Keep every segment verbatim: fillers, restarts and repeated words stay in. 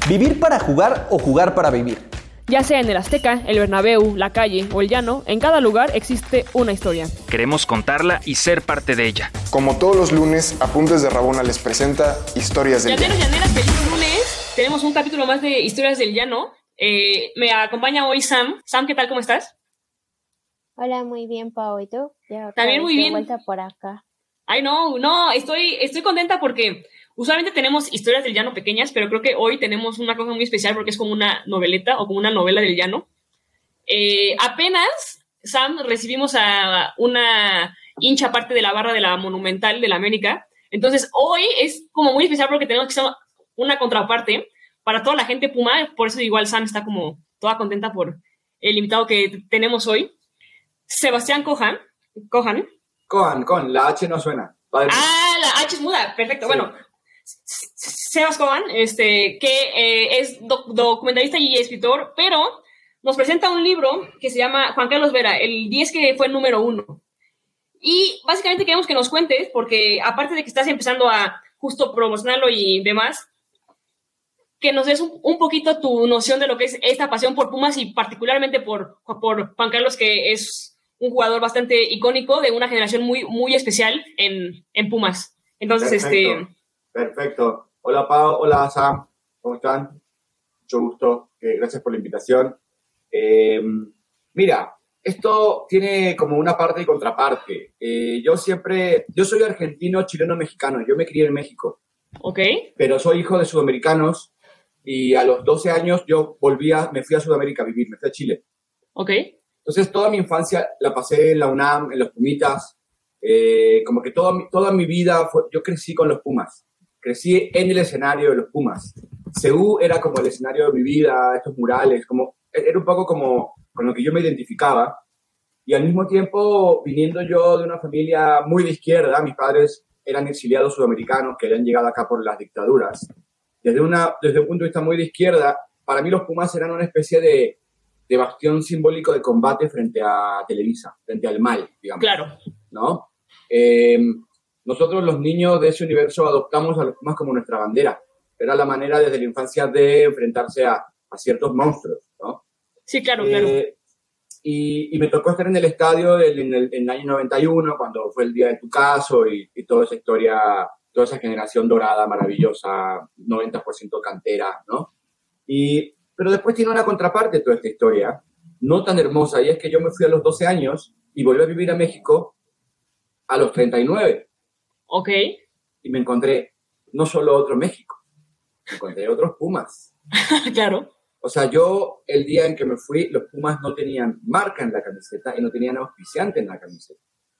¿Vivir para jugar o jugar para vivir? Ya sea en el Azteca, el Bernabéu, la calle o el llano, en cada lugar existe una historia. Queremos contarla y ser parte de ella. Como todos los lunes, Apuntes de Rabona les presenta Historias del Llaneros, Llano. llaneras, feliz lunes. Tenemos un capítulo más de Historias del Llano. Eh, me acompaña hoy Sam. Sam, ¿qué tal? ¿Cómo estás? Hola, muy bien, Pau. ¿Y tú? Ya otra También vez muy de bien. vuelta por acá. Ay, no, no, estoy, estoy contenta porque usualmente tenemos historias del llano pequeñas, pero creo que hoy tenemos una cosa muy especial porque es como una noveleta o como una novela del llano. Eh, apenas, Sam, recibimos a una hincha parte de la barra de la Monumental de la América. Entonces, hoy es como muy especial porque tenemos que hacer una contraparte para toda la gente Puma. Por eso igual Sam está como toda contenta por el invitado que tenemos hoy. Sebastián Cohan. Cohan. Cohan, con, la H no suena. Padre. Ah, la H es muda, perfecto. Sí. Bueno, Sebas Cohan, este, que eh, es doc- documentalista y escritor, pero nos presenta un libro que se llama Juan Carlos Vera, el diez que fue el número uno. Y básicamente queremos que nos cuentes, porque aparte de que estás empezando a justo promocionarlo y demás, que nos des un, un poquito tu noción de lo que es esta pasión por Pumas y particularmente por, por Juan Carlos, que es un jugador bastante icónico de una generación muy, muy especial en, en Pumas. Entonces, Perfecto. este... Perfecto. Hola, Pau. Hola, Sam. ¿Cómo están? Mucho gusto. Eh, gracias por la invitación. Eh, mira, esto tiene como una parte y contraparte. Eh, yo siempre... Yo soy argentino, chileno, mexicano. Yo me crié en México. Ok. Pero soy hijo de sudamericanos y a los doce años yo volví a... Me fui a Sudamérica a vivir. Me fui a Chile. Ok. Entonces, toda mi infancia la pasé en la UNAM, en los Pumitas. Eh, como que toda mi, toda mi vida, fue, yo crecí con los Pumas. Crecí en el escenario de los Pumas. C U era como el escenario de mi vida, estos murales, como, era un poco como con lo que yo me identificaba. Y al mismo tiempo, viniendo yo de una familia muy de izquierda, mis padres eran exiliados sudamericanos que habían llegado acá por las dictaduras. Desde, una, desde un punto de vista muy de izquierda, para mí los Pumas eran una especie de... de bastión simbólico de combate frente a Televisa, frente al mal, digamos. Claro. ¿No? Eh, nosotros los niños de ese universo adoptamos a los Pumas como nuestra bandera. Era la manera desde la infancia de enfrentarse a, a ciertos monstruos, ¿no? Sí, claro, eh, claro. Y, y me tocó estar en el estadio en el, en el año noventa y uno, cuando fue el día de tu caso y, y toda esa historia, toda esa generación dorada, maravillosa, noventa por ciento cantera, ¿no? Y... Pero después tiene una contraparte toda esta historia, no tan hermosa, y es que yo me fui a los doce años y volví a vivir a México a los treinta y nueve. Ok. Y me encontré no solo otro México, me encontré otros Pumas. Claro. O sea, yo el día en que me fui, los Pumas no tenían marca en la camiseta y no tenían auspiciante en la camiseta.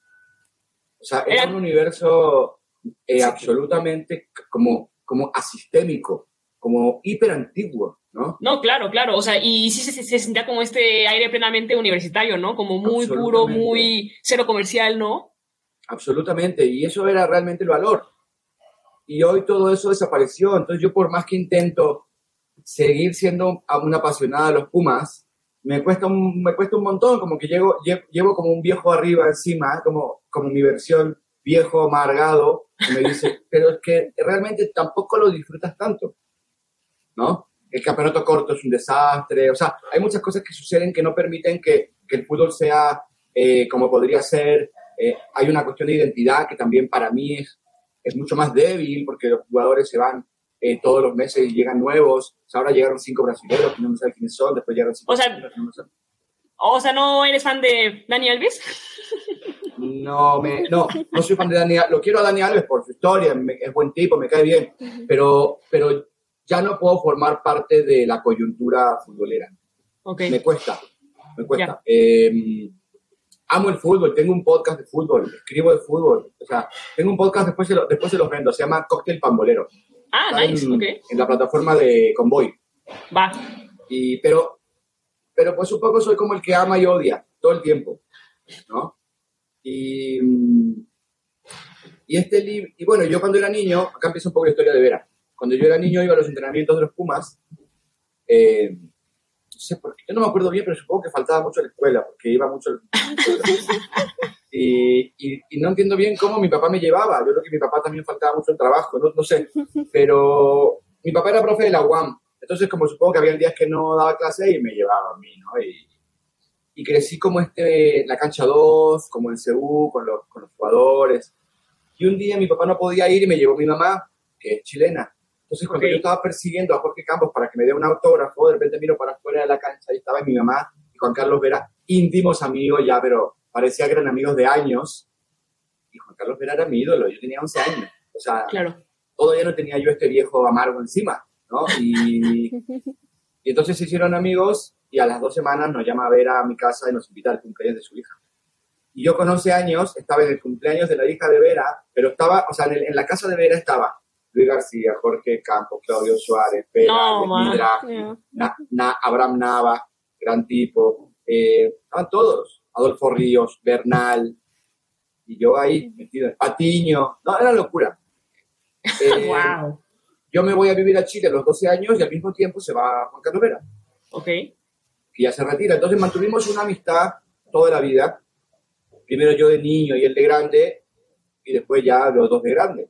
O sea, era un universo eh, absolutamente como, como asistémico, como hiper antiguo. ¿No? No, claro, claro, o sea, y sí se, se, se sentía como este aire plenamente universitario, ¿no? Como muy puro, muy cero comercial, ¿no? Absolutamente, y eso era realmente el valor. Y hoy todo eso desapareció, entonces yo por más que intento seguir siendo una apasionada de los Pumas, me cuesta un, me cuesta un montón, como que llevo, llevo como un viejo arriba encima, como, como mi versión viejo amargado, y me dice, pero es que realmente tampoco lo disfrutas tanto, ¿no? El campeonato corto es un desastre, o sea, hay muchas cosas que suceden que no permiten que, que el fútbol sea eh, como podría ser. Eh, hay una cuestión de identidad que también para mí es, es mucho más débil, porque los jugadores se van eh, todos los meses y llegan nuevos. O sea, ahora llegaron cinco brasileños que no me saben quiénes son, después llegaron cinco o sea, brasileños que no me saben. O sea, ¿no eres fan de Dani Alves? No, me, no, no soy fan de Dani Alves. Lo quiero a Dani Alves por su historia, me, es buen tipo, me cae bien, pero... pero ya no puedo formar parte de la coyuntura futbolera. Okay. Me cuesta, me cuesta. Yeah. Eh, amo el fútbol, tengo un podcast de fútbol, escribo de fútbol. O sea, tengo un podcast, después se, lo, después se los vendo, se llama Cóctel Pambolero. Ah, Está nice, en, ok. En la plataforma de Convoy. Va. Y, pero, pero pues un poco soy como el que ama y odia, todo el tiempo, ¿no? Y, y este libro, y bueno, yo cuando era niño, acá empieza un poco la historia de Vera. Cuando yo era niño iba a los entrenamientos de los Pumas, eh, no sé por qué, yo no me acuerdo bien, pero supongo que faltaba mucho a la escuela, porque iba mucho a la y, y, y no entiendo bien cómo mi papá me llevaba. Yo creo que mi papá también faltaba mucho el trabajo, no, no sé, pero mi papá era profe de la U A M Entonces, como supongo que había días que no daba clase y me llevaba a mí, ¿no? Y, y crecí como este, en la cancha dos, como en C U, con los, con los jugadores. Y un día mi papá no podía ir y me llevó mi mamá, que es chilena. Entonces, cuando Okay. yo estaba persiguiendo a Jorge Campos para que me dé un autógrafo, de repente miro para afuera de la cancha y estaba mi mamá y Juan Carlos Vera, íntimos amigos ya, pero parecía que eran amigos de años. Y Juan Carlos Vera era mi ídolo, yo tenía once años. O sea, Claro. todavía no tenía yo este viejo amargo encima, ¿no? Y, y entonces se hicieron amigos y a las dos semanas nos llama a ver a mi casa y nos invita al cumpleaños de su hija. Y yo con once años estaba en el cumpleaños de la hija de Vera, pero estaba, o sea, en, el, en la casa de Vera estaba Luis García, Jorge Campos, Claudio Suárez, Vera, No, man. Midragi, No. Na, Na, Abraham Nava, gran tipo, eh, estaban todos, Adolfo Ríos, Bernal, y yo ahí metido, Patiño, no, era locura. Eh, Wow. Yo me voy a vivir a Chile a los doce años y al mismo tiempo se va Juan Carlos Vera, Ok. que ya se retira. Entonces mantuvimos una amistad toda la vida. Primero yo de niño y él de grande, y después ya los dos de grande,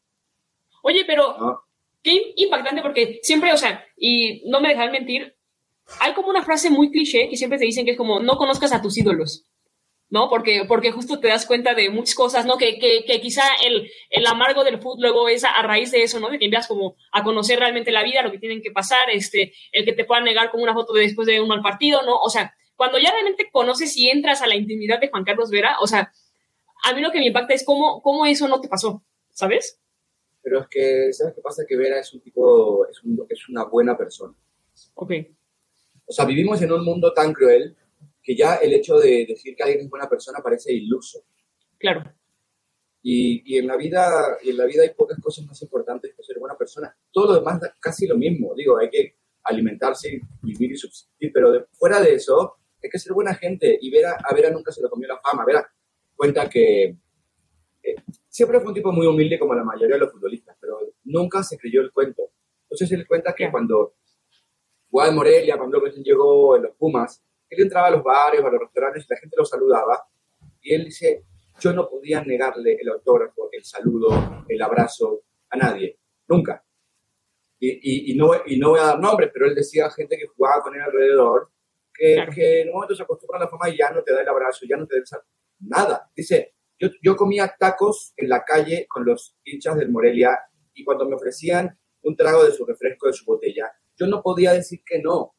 Oye, pero ¿no? qué impactante porque siempre, o sea, y no me dejarán mentir, hay como una frase muy cliché que siempre te dicen que es como, no conozcas a tus ídolos, ¿no? Porque, porque justo te das cuenta de muchas cosas, ¿no? Que, que, que quizá el, el amargo del fútbol luego es a, a raíz de eso, ¿no? De que empiezas como a conocer realmente la vida, lo que tienen que pasar, este, el que te puedan negar como una foto de después de un mal partido, ¿no? O sea, cuando ya realmente conoces y entras a la intimidad de Juan Carlos Vera, o sea, a mí lo que me impacta es cómo, cómo eso no te pasó, ¿sabes? Pero es que, ¿sabes qué pasa? Que Vera es un tipo, es, un, es una buena persona. Ok. O sea, vivimos en un mundo tan cruel que ya el hecho de decir que alguien es buena persona parece iluso. Claro. Y, y, en la vida, y en la vida hay pocas cosas más importantes que ser buena persona. Todo lo demás da casi lo mismo. Digo, hay que alimentarse, vivir y subsistir, pero de, fuera de eso, hay que ser buena gente. Y Vera, a Vera nunca se le comió la fama. Vera cuenta que eh, siempre fue un tipo muy humilde como la mayoría de los futbolistas, pero nunca se creyó el cuento. Entonces él cuenta que Yeah. cuando jugaba en Morelia, cuando recién llegó en los Pumas, él entraba a los bares o a los restaurantes y la gente lo saludaba. Y él dice, yo no podía negarle el autógrafo, el saludo, el abrazo a nadie. Nunca. Y, y, y, no, y no voy a dar nombres, pero él decía a gente que jugaba con él alrededor que, Claro. que en un momento se acostumbra a la fama y ya no te da el abrazo, ya no te da el saludo. Nada. Dice, yo, yo comía tacos en la calle con los hinchas del Morelia y cuando me ofrecían un trago de su refresco, de su botella, yo no podía decir que no.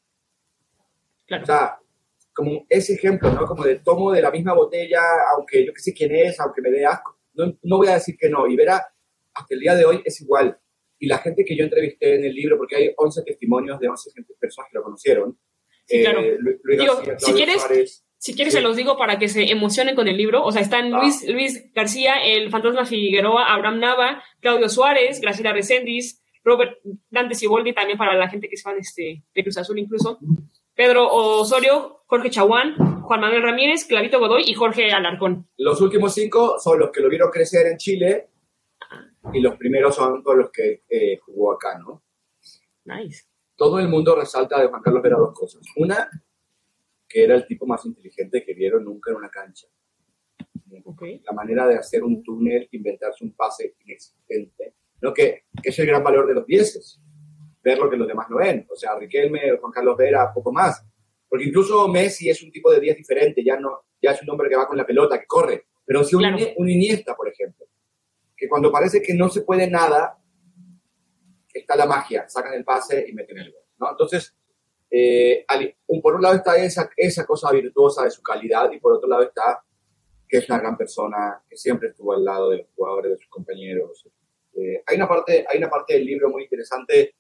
Claro. O sea, como ese ejemplo, ¿no? Como de tomo de la misma botella, aunque yo que sé quién es, aunque me dé asco, no, no voy a decir que no. Y Vera, hasta el día de hoy es igual. Y la gente que yo entrevisté en el libro, porque hay once testimonios de once personas que lo conocieron. Sí, claro. Eh, Luis Digo, García, si Claudio quieres, Suárez. si quieres Sí. se los digo para que se emocionen con el libro. O sea, están Ah. Luis, Luis García, el Fantasma Figueroa, Abraham Nava, Claudio Suárez, Graciela Reséndiz, Robert Dante Siboldi, también para la gente que es fan este, de Cruz Azul incluso, Pedro Osorio, Jorge Chaguán, Juan Manuel Ramírez, Clavito Godoy y Jorge Alarcón. Los últimos cinco son los que lo vieron crecer en Chile y los primeros son todos los que eh, jugó acá, ¿no? Nice. Todo el mundo resalta de Juan Carlos Vera dos cosas. Una, que era el tipo más inteligente que vieron nunca en una cancha. Okay. La manera de hacer un túnel, inventarse un pase inexistente, ¿no? Que, que es el gran valor de los dieces, ver lo que los demás no ven. O sea, Riquelme, Juan Carlos Vera, poco más. Porque incluso Messi es un tipo de diez diferente, ya, no, ya es un hombre que va con la pelota, que corre. Pero sí un, Claro. Iniesta, un Iniesta, por ejemplo, que cuando parece que no se puede nada, está la magia, sacan el pase y meten el gol, ¿no? Entonces, eh, por un lado está esa, esa cosa virtuosa de su calidad y por otro lado está que es una gran persona, que siempre estuvo al lado de los jugadores, de sus compañeros. Eh, hay, una parte, hay una parte del libro muy interesante,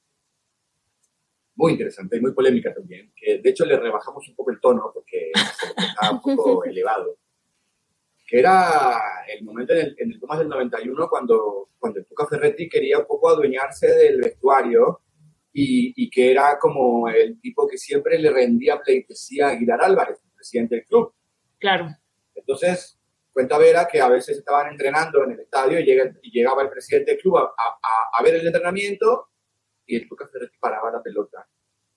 muy interesante y muy polémica también, que de hecho le rebajamos un poco el tono porque estaba un poco elevado, que era el momento en el, en el Pumas del noventa y uno cuando, cuando el Tuca Ferretti quería un poco adueñarse del vestuario y, y que era como el tipo que siempre le rendía pleitesía a Aguilar Álvarez, el presidente del club. Claro. Entonces, cuenta Vera que a veces estaban entrenando en el estadio y, llega, y llegaba el presidente del club a, a, a ver el entrenamiento y el Tuca Ferretti paraba la pelota,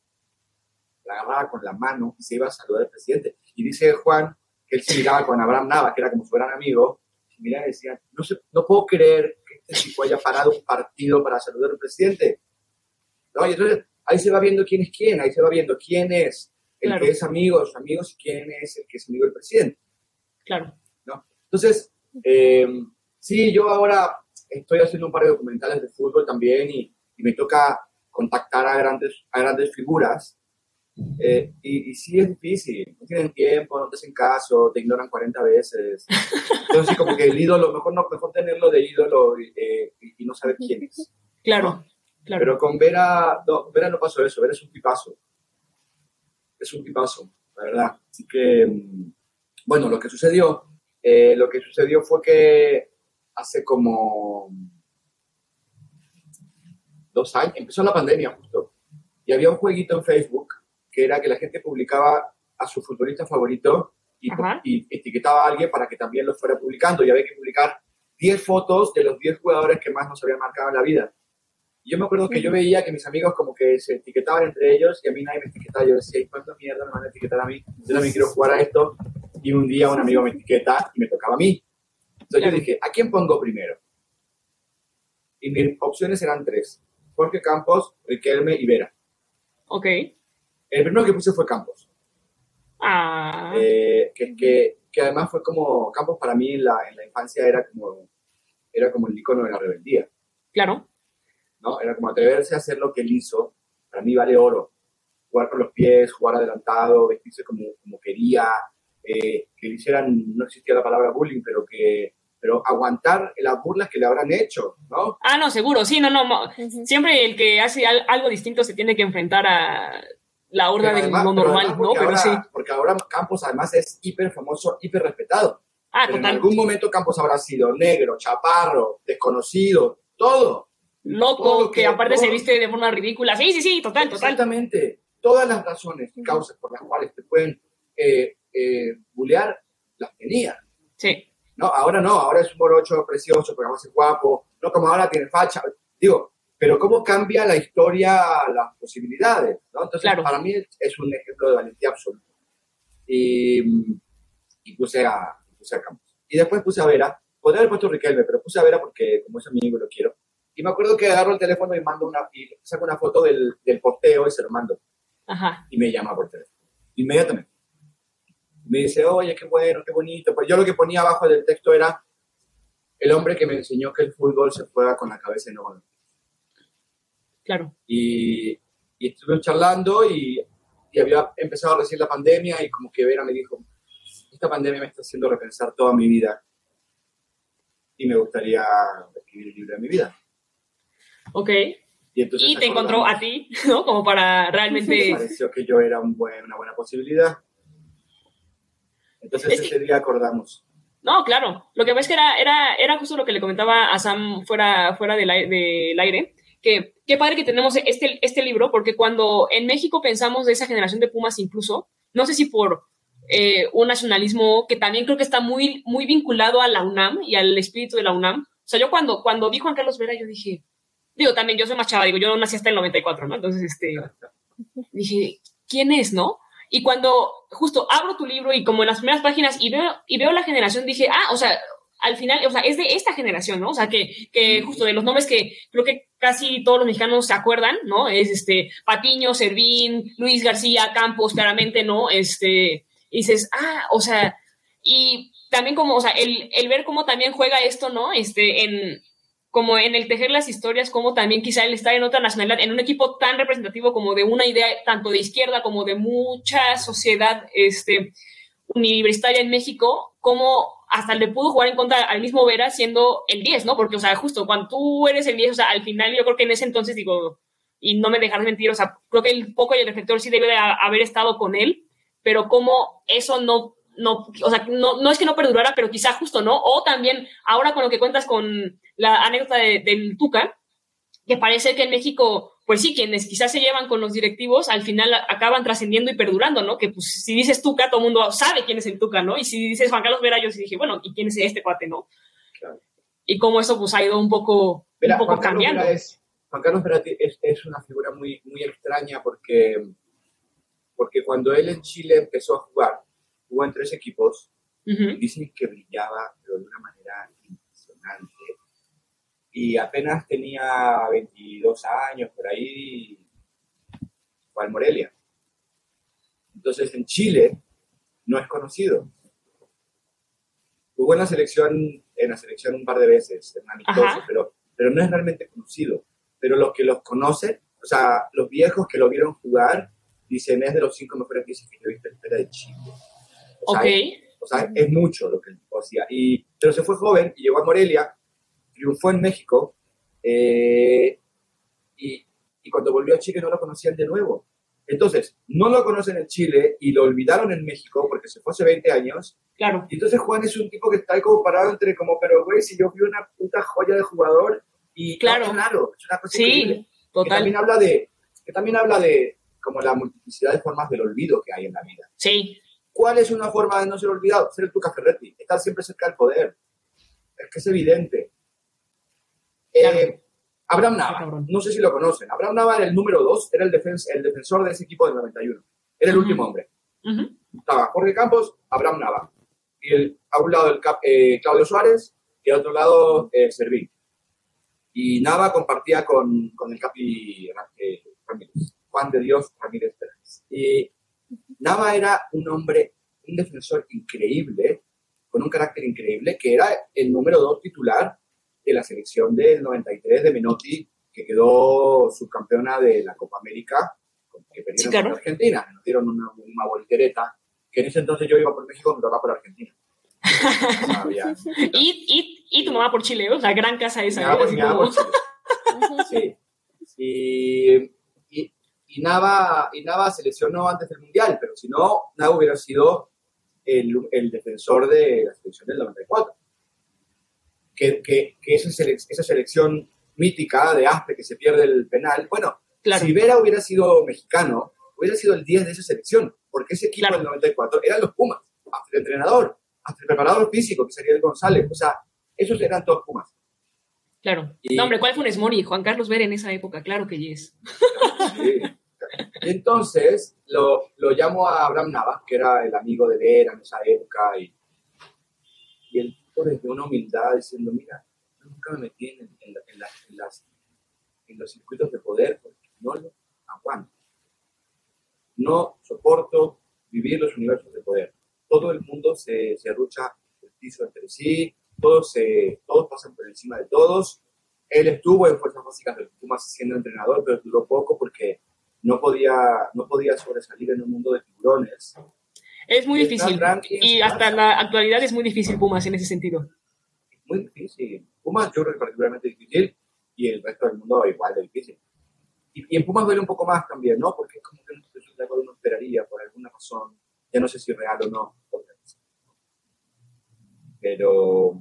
la agarraba con la mano y se iba a saludar al presidente. Y dice Juan que él se miraba con Abraham Nava, que era como su gran amigo, y miraba y decía, no, sé, no puedo creer que este tipo haya parado un partido para saludar al presidente. ¿No? Y entonces ahí se va viendo quién es quién, ahí se va viendo quién es el Claro. que es amigo de sus amigos y quién es el que es amigo del presidente. Claro. ¿No? Entonces, eh, sí, yo ahora estoy haciendo un par de documentales de fútbol también y, y me toca contactar a grandes, a grandes figuras. Eh, y, y sí es difícil, no tienen tiempo, no te hacen caso, te ignoran cuarenta veces. Entonces, sí, como que el ídolo, mejor, no, mejor tenerlo de ídolo eh, y, y no saber quién es. Claro. Claro. Pero con Vera no, Vera no pasó eso, Vera es un tipazo. Es un tipazo, la verdad. Así que, bueno, lo que sucedió, eh, lo que sucedió fue que hace como dos años, empezó la pandemia justo, y había un jueguito en Facebook que era que la gente publicaba a su futbolista favorito y, y etiquetaba a alguien para que también lo fuera publicando, y había que publicar diez fotos de los diez jugadores que más nos habían marcado en la vida. Y yo me acuerdo que yo veía que mis amigos como que se etiquetaban entre ellos y a mí nadie me etiquetaba. Yo decía, ¿cuánta mierda me van a etiquetar a mí? Yo también quiero jugar a esto. Y un día un amigo me etiqueta y me tocaba a mí. Entonces yo dije, ¿a quién pongo primero? Y mis opciones eran tres. Jorge Campos, Riquelme y Vera. Ok. El primero que puse fue Campos. Ah. Eh, que, que, que además fue como, Campos para mí en la, en la infancia era como, era como el icono de la rebeldía. Claro. ¿No? Era como atreverse a hacer lo que él hizo. Para mí vale oro. Jugar con los pies, jugar adelantado, vestirse como, como quería, eh, que le hicieran, no existía la palabra bullying, pero que pero aguantar las burlas que le habrán hecho, ¿no? Ah, no, seguro, sí, no, no. Uh-huh. Siempre el que hace algo distinto se tiene que enfrentar a la horda de lo normal, ¿no? Pero ahora, sí. Porque ahora Campos además es hiper famoso, hiper respetado. Ah, pero total. En algún momento Campos habrá sido negro, chaparro, desconocido, todo. Loco, todo que, que aparte todo. Se viste de forma ridícula. Sí, sí, sí, total, total. Exactamente. Todas las razones y causas por las cuales te pueden eh, eh, bulear, las tenía. Sí. No, ahora no, ahora es un morocho precioso, pero además es guapo, no como ahora tiene facha. Digo, pero cómo cambia la historia, las posibilidades, ¿no? Entonces, claro. Para mí es un ejemplo de valentía absoluta. Y, y puse, a, puse a Campos. Y después puse a Vera. Podría haber puesto a Riquelme, pero puse a Vera porque como es amigo y lo quiero. Y me acuerdo que agarro el teléfono y mando una, y saco una foto del, del posteo y se lo mando. Ajá. Y me llama por teléfono. Inmediatamente. Me dice, oye, qué bueno, qué bonito. Pues yo lo que ponía abajo del texto era el hombre que me enseñó que el fútbol se juega con la cabeza y no con el pie. Claro. Y, y estuvimos charlando y, y había empezado recién la pandemia y como que Vera me dijo, esta pandemia me está haciendo repensar toda mi vida y me gustaría escribir el libro de mi vida. Ok. Y, entonces y te encontró a ti, ¿no? Como para realmente... Me pareció que yo era un buen, una buena posibilidad. Entonces es ese que... día acordamos. No, claro. Lo que ves que era, era, era justo lo que le comentaba a Sam fuera, fuera del, del aire, que qué padre que tenemos este, este libro, porque cuando en México pensamos de esa generación de Pumas incluso, no sé si por eh, un nacionalismo que también creo que está muy, muy vinculado a la UNAM y al espíritu de la UNAM. O sea, yo cuando, cuando vi Juan Carlos Vera, yo dije... Digo, también yo soy más chava, digo, yo nací hasta el noventa y cuatro, ¿no? Entonces, este, dije, ¿quién es, no? Y cuando justo abro tu libro y como en las primeras páginas y veo, y veo la generación, dije, ah, o sea, al final, o sea, es de esta generación, ¿no? O sea, que, que justo de los nombres que creo que casi todos los mexicanos se acuerdan, ¿no? Es este, Patiño, Servín, Luis García, Campos, claramente, ¿no? Este, y dices, ah, o sea, y también como, o sea, el, el ver cómo también juega esto, ¿no? Este, en... como en el tejer las historias, como también quizá el estar en otra nacionalidad, en un equipo tan representativo como de una idea tanto de izquierda como de mucha sociedad este, universitaria en México, como hasta le pudo jugar en contra al mismo Vera siendo el diez, ¿no? Porque, o sea, justo cuando tú eres el diez, o sea, al final yo creo que en ese entonces, digo, y no me dejarás mentir, o sea, creo que el foco y el reflector sí debe de haber estado con él, pero como eso no... no, o sea, no, no es que no perdurara, pero quizá justo, ¿no? O también, ahora con lo que cuentas con la anécdota de, del Tuca, que parece que en México, pues sí, quienes quizás se llevan con los directivos, al final acaban trascendiendo y perdurando, ¿no? Que pues si dices Tuca, todo el mundo sabe quién es el Tuca, ¿no? Y si dices Juan Carlos Vera, yo sí dije, bueno, ¿y quién es este cuate, no? Claro. Y cómo eso pues ha ido un poco, Vera, un poco Juan cambiando. Vera es, Juan Carlos Vera es, es una figura muy, muy extraña porque, porque cuando él en Chile empezó a jugar, jugó en tres equipos, uh-huh. y dicen que brillaba, pero de una manera impresionante. Y apenas tenía veintidós años por ahí, fue al Morelia. Entonces, en Chile no es conocido. Jugó en la selección, en la selección un par de veces, en amistosos, pero, pero no es realmente conocido. Pero los que los conocen, o sea, los viejos que lo vieron jugar, dicen, es de los cinco mejores diez que yo he visto en la historia de Chile. O sea, ok. es, o sea, es mucho lo que hacía. Y, pero se fue joven y llegó a Morelia, triunfó en México, eh, y, y cuando volvió a Chile no lo conocían de nuevo. Entonces, no lo conocen en Chile y lo olvidaron en México porque se fue hace veinte años. Claro. Y entonces Juan es un tipo que está ahí como parado entre como, pero güey, si yo fui una puta joya de jugador y claro, no, claro, es una cosa sí, increíble. total. Que también habla de, que también habla de como la multiplicidad de formas del olvido que hay en la vida. Sí. ¿Cuál es una forma de no ser olvidado? Ser el Tuca Ferretti, estar siempre cerca del poder. Es que es evidente. Claro. Eh, Abraham Nava, no sé si lo conocen. Abraham Nava era el número dos, era el, defens el defensor de ese equipo del noventa y uno. Era el uh-huh. último hombre. Uh-huh. Estaba Jorge Campos, Abraham Nava. Y el, a un lado el cap, eh, Claudio Suárez y al otro lado eh, Servín. Y Nava compartía con, con el Capi eh, Ramírez, Juan de Dios Ramírez Pérez. Y Nava era un hombre, un defensor increíble, con un carácter increíble, que era el número dos titular de la selección del noventa y tres de Menotti, que quedó subcampeona de la Copa América, que perdieron sí, claro. con Argentina. Nos dieron una, una voltereta, que en ese entonces yo iba por México, mi papá por Argentina. No sabía, y, y, y tu mamá por Chile, o sea, gran casa esa. Mi mamá, mi mamá por Chile. Sí. Y, y, y, Nava, y Nava se lesionó antes del Mundial, pero si no, Nava hubiera sido el, el defensor de la selección del noventa y cuatro. Que, que, que esa, selec esa selección mítica de Aspe que se pierde el penal, bueno, claro. Si Vera hubiera sido mexicano, hubiera sido el diez de esa selección, porque ese equipo claro. del noventa y cuatro eran los Pumas, hasta el entrenador, hasta el preparador físico, que sería el González, o sea, esos eran todos Pumas. Claro. Y, no, hombre, ¿cuál fue Funes Mori? Juan Carlos Vera en esa época, claro que yes. Sí. Entonces, lo, lo llamo a Abraham Nava, que era el amigo de Vera en esa época, y, y él desde una humildad diciendo, mira, yo nunca me metí en, en, la, en, la, en, las, en los circuitos de poder porque no lo aguanto. No soporto vivir los universos de poder. Todo el mundo se, se arrucha el piso entre sí, todos, se, todos pasan por encima de todos. Él estuvo en Fuerzas Básicas de los Pumas siendo entrenador, pero duró poco porque no podía, no podía sobresalir en un mundo de tiburones. Es muy difícil, y hasta la actualidad es muy difícil Pumas en ese sentido. Muy difícil. Pumas yo creo que particularmente difícil, y el resto del mundo igual de difícil. Y, y en Pumas duele un poco más también, ¿no? Porque es como que no es algo que uno esperaría por alguna razón, ya no sé si real o no. Pero...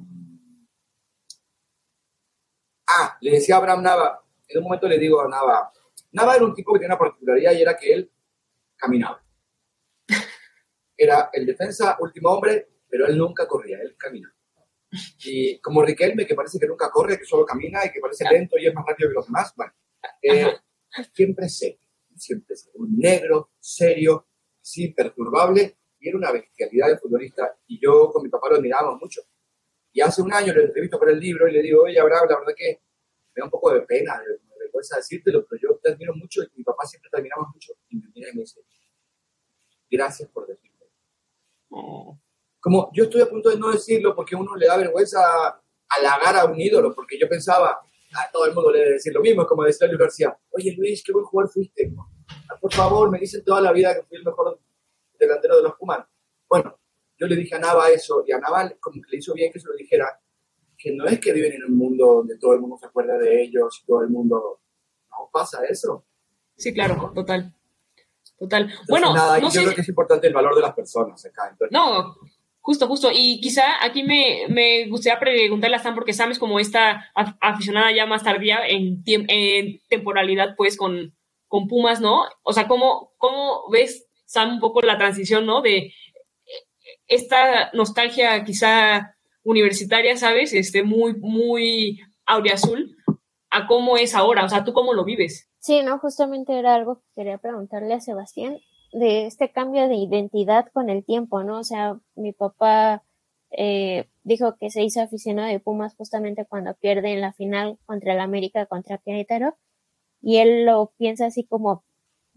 Ah, le decía a Abraham Nava, en un momento le digo a Nava, Nava era un tipo que tenía una particularidad y era que él caminaba. Era el defensa último hombre, pero él nunca corría, él caminaba. Y como Riquelme, que parece que nunca corre, que solo camina y que parece lento y es más rápido que los demás, bueno, eh, siempre sé, siempre sé, un negro, serio, sí, imperturbable, y era una bestialidad de futbolista, y yo con mi papá lo admirábamos mucho. Y hace un año lo entrevisto por el libro y le digo, oye, Abraham, la verdad que me da un poco de pena, me vergüenza decírtelo, pero yo te admiro mucho y mi papá siempre te admiramos mucho. Y me mira y me dice, gracias por decirlo. Oh. Como yo estoy a punto de no decirlo porque a uno le da vergüenza halagar a un ídolo, porque yo pensaba, a todo el mundo le debe decir lo mismo, es como decía Luis García, oye Luis, qué buen jugador fuiste. Por favor, me dicen toda la vida que fui el mejor delantero de los Pumas. Bueno, yo le dije a Nava eso, y a Nava como que le hizo bien que se lo dijera, que no es que viven en un mundo donde todo el mundo se acuerda de ellos y todo el mundo... No pasa eso. Sí, claro, total. Total. Entonces, bueno, nada, no yo sé... creo que es importante el valor de las personas acá. Entonces, no, justo, justo. Y quizá aquí me, me gustaría preguntarle a Sam, porque Sam es como esta aficionada ya más tardía en, en temporalidad, pues, con, con Pumas, ¿no? O sea, ¿cómo, cómo ves, Sam, un poco la transición, ¿no? De esta nostalgia quizá universitaria, ¿sabes? Este, muy, muy auriazul, a cómo es ahora. O sea, ¿tú cómo lo vives? Sí, no, justamente era algo que quería preguntarle a Sebastián, de este cambio de identidad con el tiempo, ¿no? O sea, mi papá eh, dijo que se hizo aficionado de Pumas justamente cuando pierde en la final contra el América, contra Querétaro, y él lo piensa así como,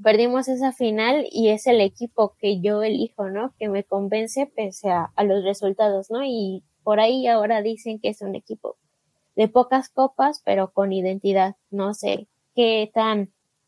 perdimos esa final y es el equipo que yo elijo, ¿no? Que me convence pese a, a los resultados, ¿no? Y por ahí ahora dicen que es un equipo de pocas copas, pero con identidad. No sé qué tan,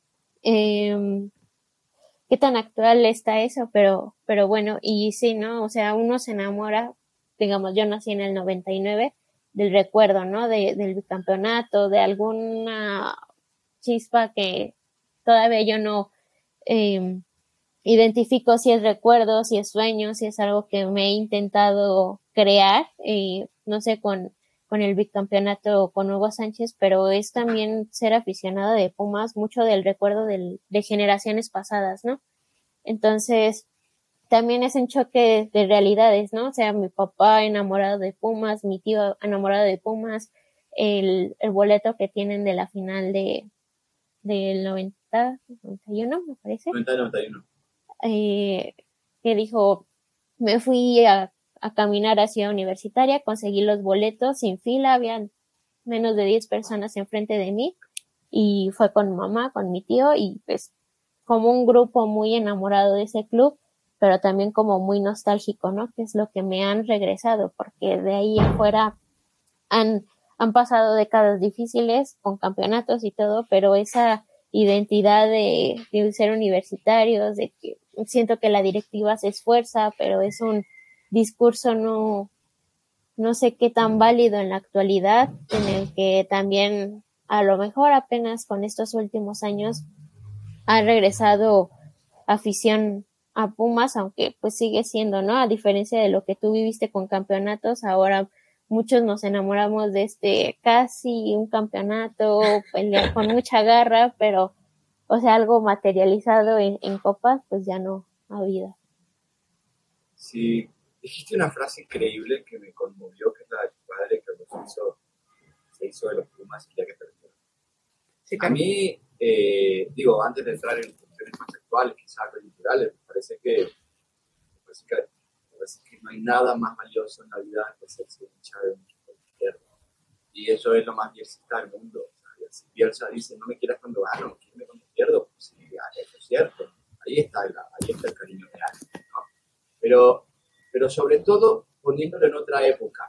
eh, qué tan actual está eso, pero, pero bueno, y sí, ¿no? O sea, uno se enamora, digamos, yo nací en el noventa y nueve, del recuerdo, ¿no? De, del bicampeonato, de alguna chispa que todavía yo no eh, identifico si es recuerdo, si es sueño, si es algo que me he intentado crear, eh, no sé, con, con el bicampeonato con Hugo Sánchez, pero es también ser aficionado de Pumas, mucho del recuerdo del, de generaciones pasadas, ¿no? Entonces, también es un choque de realidades, ¿no? O sea, mi papá enamorado de Pumas, mi tío enamorado de Pumas, el, el boleto que tienen de la final de del noventa, noventa y uno, me parece. noventa, noventa y uno. Eh, que dijo, me fui a, a caminar hacia Universitaria, conseguí los boletos sin fila, habían menos de diez personas enfrente de mí y fue con mamá, con mi tío y pues como un grupo muy enamorado de ese club, pero también como muy nostálgico, ¿no? Que es lo que me han regresado, porque de ahí afuera han, han pasado décadas difíciles con campeonatos y todo, pero esa identidad de, de ser universitarios, de que siento que la directiva se esfuerza, pero es un discurso no, no sé qué tan válido en la actualidad, en el que también a lo mejor apenas con estos últimos años ha regresado afición a Pumas, aunque pues sigue siendo, ¿no? A diferencia de lo que tú viviste con campeonatos, ahora muchos nos enamoramos de este casi un campeonato, pelear con mucha garra, pero, o sea, algo materializado en, en copas, pues ya no ha habido. Sí, dijiste una frase increíble que me conmovió, que es la de tu padre, que se hizo, se hizo de los Pumas y ya que perdió. Sí, A mí, eh, digo, antes de entrar en cuestiones más actuales, quizás culturales, me parece que, me parece que, me parece que no hay nada más valioso en la vida que ser hincha de un equipo de izquierda. Y eso es lo más bielcista del mundo. O sea, si Bielsa dice, no me quieras cuando gano, quírame cuando pierdo, pues sí, eso es cierto. Ahí está, el, ahí está el cariño real, ¿no? Pero, pero sobre todo, poniéndolo en otra época.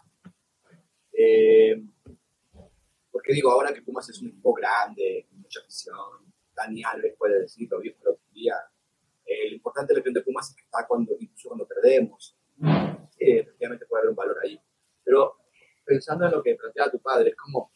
Eh, Porque digo, ahora que Pumas es un equipo grande, con mucha afición, Dani Alves puede decirlo, viejo lo día. Eh, lo importante de la de Pumas es que está cuando, incluso cuando perdemos. Eh, efectivamente puede haber un valor ahí. Pero pensando en lo que planteaba tu padre, es como,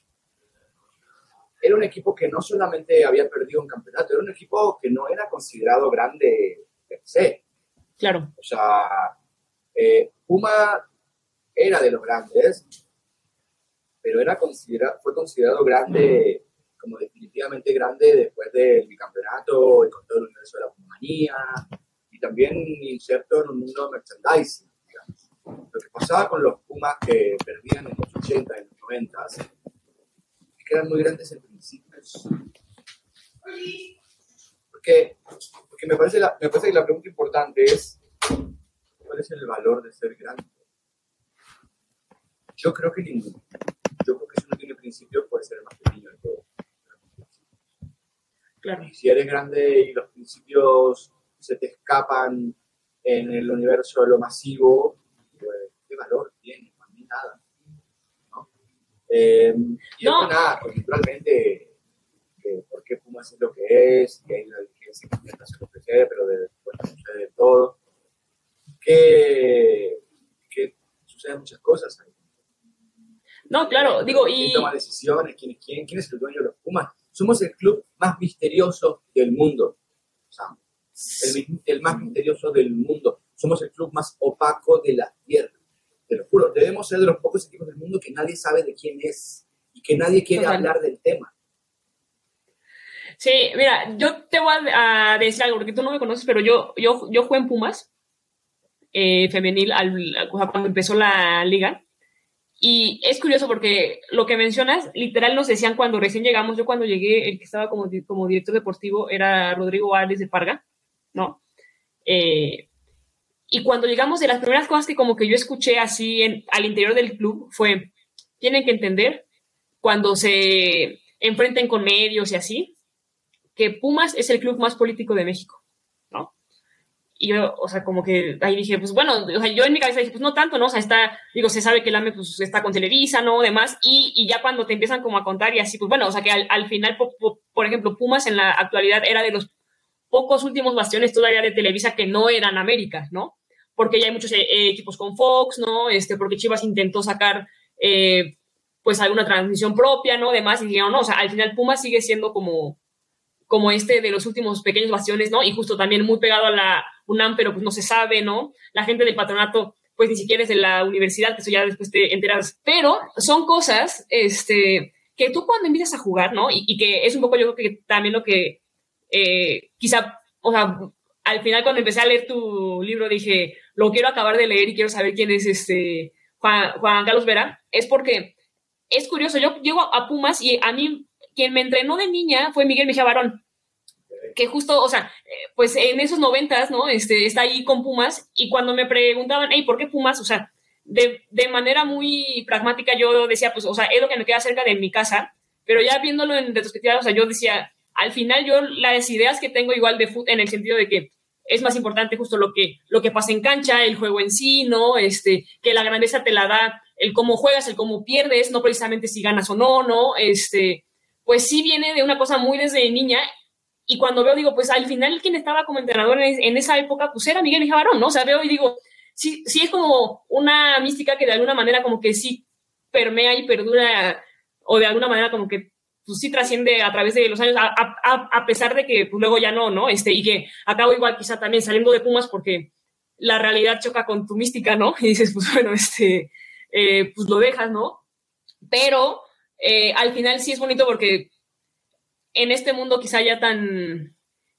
era un equipo que no solamente había perdido un campeonato, era un equipo que no era considerado grande per se. Claro. O sea, eh, Puma era de los grandes, pero era considera- fue considerado grande, como definitivamente grande después del bicampeonato y con todo el universo de la pumanía, y también inserto en un mundo de merchandising, digamos. Lo que pasaba con los Pumas que perdían en los ochenta y en los noventa es que eran muy grandes en principios. Porque, porque me, parece la, me parece que la pregunta importante es, ¿cuál es el valor de ser grande? Yo creo que ninguno. Yo creo que si uno tiene principios puede ser el más pequeño de todos. Claro. Y si eres grande y los principios se te escapan en el universo de lo masivo, pues ¿qué valor tiene? Para mí nada. ¿No? Eh, y No. después nada, culturalmente, eh, por qué Pumas es lo que es, que hay una dirigencia que intenta hacer crecer, pero después no sucede de todo. Que, que suceden muchas cosas ahí. No, claro, digo, y... ¿Quién toma decisiones? ¿Quién es quién? ¿Quién es el dueño de los Pumas? Somos el club más misterioso del mundo. O sea, el, el más misterioso del mundo. Somos el club más opaco de la tierra. Te lo juro, debemos ser de los pocos equipos del mundo que nadie sabe de quién es y que nadie quiere Total. hablar del tema. Sí, mira, yo te voy a decir algo, porque tú no me conoces, pero yo, yo, yo jugué en Pumas, eh, femenil, al, cuando empezó la liga. Y es curioso porque lo que mencionas, literal nos decían cuando recién llegamos, yo cuando llegué, el que estaba como, como director deportivo era Rodrigo Álvarez de Parga, ¿no? Eh, y cuando llegamos, de las primeras cosas que como que yo escuché así en, al interior del club fue, tienen que entender cuando se enfrenten con medios y así, que Pumas es el club más político de México, ¿no? Y yo, o sea, como que ahí dije, pues bueno, o sea, yo en mi cabeza dije, pues no tanto, ¿no? O sea, está, digo, se sabe que el A M E pues está con Televisa, ¿no? Demás, y, y ya cuando te empiezan como a contar y así, pues bueno, o sea, que al, al final, por, por, por ejemplo, Pumas en la actualidad era de los pocos últimos bastiones todavía de Televisa que no eran América, ¿no? Porque ya hay muchos eh, equipos con Fox, ¿no? Este, porque Chivas intentó sacar, eh, pues, alguna transmisión propia, ¿no? Demás, y dijeron, no, o sea, al final Pumas sigue siendo como, como este de los últimos pequeños bastiones, ¿no? Y justo también muy pegado a la UNAM, pero pues no se sabe, ¿no? La gente del patronato, pues ni siquiera es de la universidad, que eso ya después te enteras. Pero son cosas, este, que tú cuando empiezas a jugar, ¿no? Y, y que es un poco, yo creo que también lo que, eh, quizá, o sea, al final cuando empecé a leer tu libro dije, lo quiero acabar de leer y quiero saber quién es este Juan, Juan Carlos Vera, es porque es curioso, yo llego a Pumas y a mí quien me entrenó de niña fue Miguel Mejía Barón, que justo, o sea, pues en esos noventas, ¿no? Este, está ahí con Pumas, y cuando me preguntaban, hey, ¿por qué Pumas? O sea, de, de manera muy pragmática yo decía, pues, o sea, es lo que me queda cerca de mi casa, pero ya viéndolo en retrospectiva, o sea, yo decía, al final yo las ideas que tengo igual de fútbol, en el sentido de que es más importante justo lo que, lo que pasa en cancha, el juego en sí, ¿no? Este, que la grandeza te la da el cómo juegas, el cómo pierdes, no precisamente si ganas o no, ¿no? Este, pues sí viene de una cosa muy desde niña, y cuando veo, digo, pues al final quien estaba como entrenador en, en esa época, pues era Miguel Mejía Barón, ¿no? O sea, veo y digo, sí, sí es como una mística que de alguna manera como que sí permea y perdura, o de alguna manera como que pues sí trasciende a través de los años, a, a, a pesar de que pues, luego ya no, ¿no? Este, y que acabo igual quizá también saliendo de Pumas porque la realidad choca con tu mística, ¿no? Y dices, pues bueno, este, eh, pues lo dejas, ¿no? Pero eh, al final sí es bonito porque en este mundo quizá ya tan,